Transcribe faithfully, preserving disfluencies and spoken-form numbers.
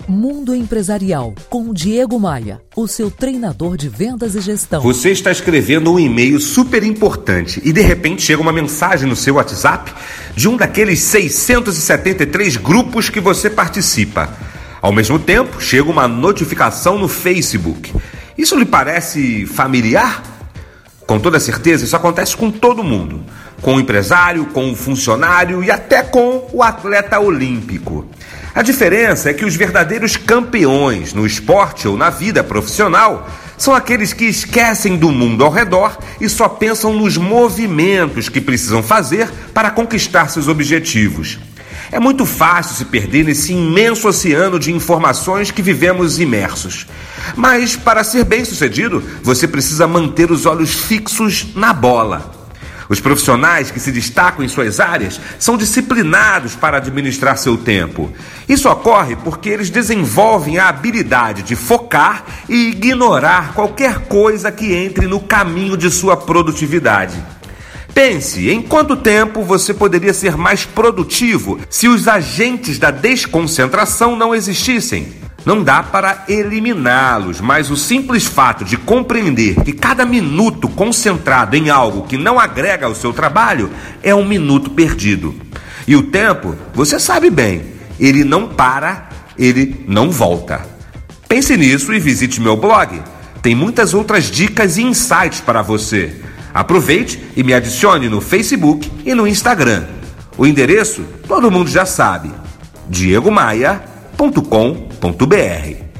Mundo Empresarial, com Diego Maia, o seu treinador de vendas e gestão. Você está escrevendo um e-mail super importante e de repente chega uma mensagem no seu WhatsApp de um daqueles seiscentos e setenta e três grupos que você participa. Ao mesmo tempo, chega uma notificação no Facebook. Isso lhe parece familiar? Com toda certeza, isso acontece com todo mundo. Com o empresário, com o funcionário e até com o atleta olímpico. A diferença é que os verdadeiros campeões no esporte ou na vida profissional são aqueles que esquecem do mundo ao redor e só pensam nos movimentos que precisam fazer para conquistar seus objetivos. É muito fácil se perder nesse imenso oceano de informações que vivemos imersos. Mas, para ser bem-sucedido, você precisa manter os olhos fixos na bola. Os profissionais que se destacam em suas áreas são disciplinados para administrar seu tempo. Isso ocorre porque eles desenvolvem a habilidade de focar e ignorar qualquer coisa que entre no caminho de sua produtividade. Pense em quanto tempo você poderia ser mais produtivo se os agentes da desconcentração não existissem. Não dá para eliminá-los, mas o simples fato de compreender que cada minuto concentrado em algo que não agrega ao seu trabalho é um minuto perdido. E o tempo, você sabe bem, ele não para, ele não volta. Pense nisso e visite meu blog. Tem muitas outras dicas e insights para você. Aproveite e me adicione no Facebook e no Instagram. O endereço todo mundo já sabe: diego maia ponto com ponto br.